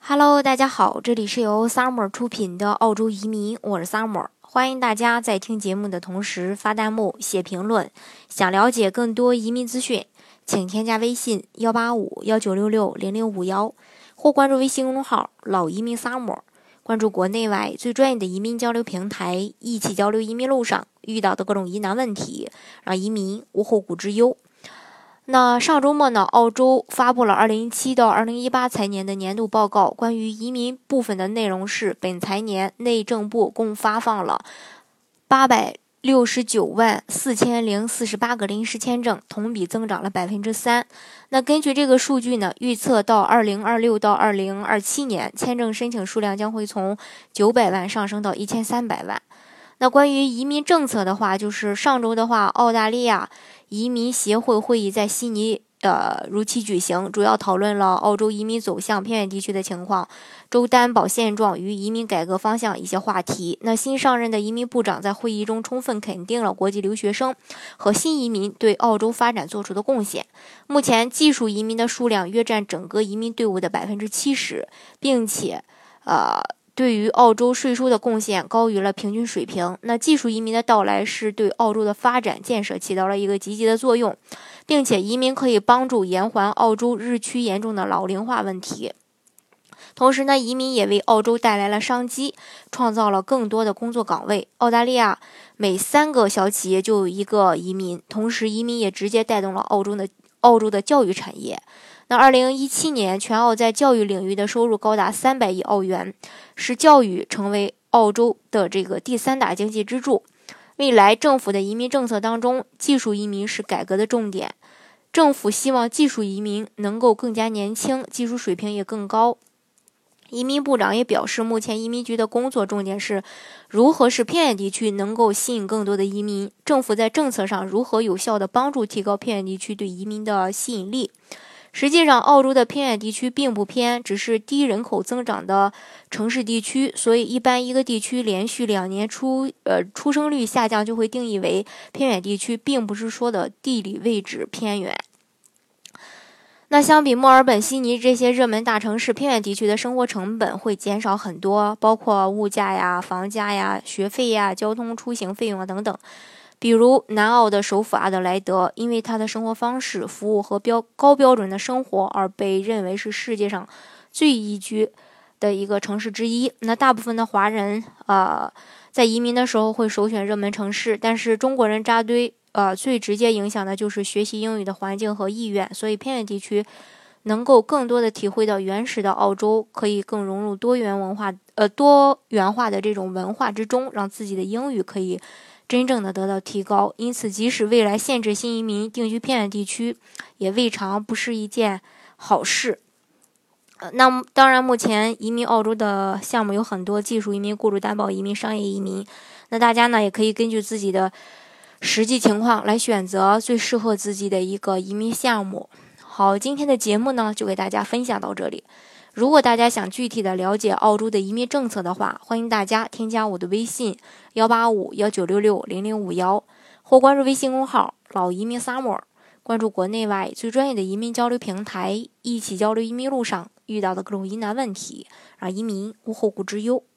Hello，大家好，这里是由 Summer 出品的澳洲移民，我是 Summer，欢迎大家在听节目的同时发弹幕、写评论。想了解更多移民资讯，请添加微信18519660051，或关注微信公众号老移民 Summer， 关注国内外最专业的移民交流平台，一起交流移民路上遇到的各种疑难问题，让移民无后顾之忧。那上周末呢，澳洲发布了2017到2018财年的年度报告，关于移民部分的内容是，本财年内政部共发放了8694048个临时签证，同比增长了3%。那根据这个数据呢，预测到2026到2027年，签证申请数量将会从900万上升到1300万。那关于移民政策的话，就是上周的话，澳大利亚移民协会会议在悉尼如期举行，主要讨论了澳洲移民走向偏远地区的情况、州担保现状与移民改革方向一些话题。那新上任的移民部长在会议中充分肯定了国际留学生和新移民对澳洲发展做出的贡献。目前技术移民的数量约占整个移民队伍的70%，并且对于澳洲税收的贡献高于了平均水平。那技术移民的到来是对澳洲的发展建设起到了一个积极的作用，并且移民可以帮助延缓澳洲日趋严重的老龄化问题。同时呢，移民也为澳洲带来了商机，创造了更多的工作岗位。澳大利亚每3个小企业就有1个移民，同时移民也直接带动了澳洲的教育产业。那2017年，全澳在教育领域的收入高达300亿澳元，使教育成为澳洲的这个第3大经济支柱。未来政府的移民政策当中，技术移民是改革的重点。政府希望技术移民能够更加年轻，技术水平也更高。移民部长也表示，目前移民局的工作重点是如何使偏远地区能够吸引更多的移民，政府在政策上如何有效地帮助提高偏远地区对移民的吸引力。实际上，澳洲的偏远地区并不偏，只是低人口增长的城市地区，所以一般一个地区连续2年出生率下降就会定义为偏远地区，并不是说的地理位置偏远。那相比墨尔本、悉尼这些热门大城市，偏远地区的生活成本会减少很多，包括物价呀、房价呀、学费呀、交通出行费用啊等等。比如南澳的首府阿德莱德，因为它的生活方式、服务和高标准的生活而被认为是世界上最宜居的一个城市之一。那大部分的华人在移民的时候会首选热门城市，但是中国人扎堆最直接影响的就是学习英语的环境和意愿，所以偏远地区能够更多的体会到原始的澳洲，可以更融入多元化的这种文化之中，让自己的英语可以真正的得到提高。因此即使未来限制新移民定居偏远地区，也未尝不是一件好事。那当然目前移民澳洲的项目有很多，技术移民、雇主担保移民、商业移民，那大家呢也可以根据自己的实际情况来选择最适合自己的一个移民项目。好，今天的节目呢就给大家分享到这里。如果大家想具体的了解澳洲的移民政策的话，欢迎大家添加我的微信18519660051，或关注微信公号老移民 Summer， 关注国内外最专业的移民交流平台，一起交流移民路上遇到的各种疑难问题，让移民无后顾之忧。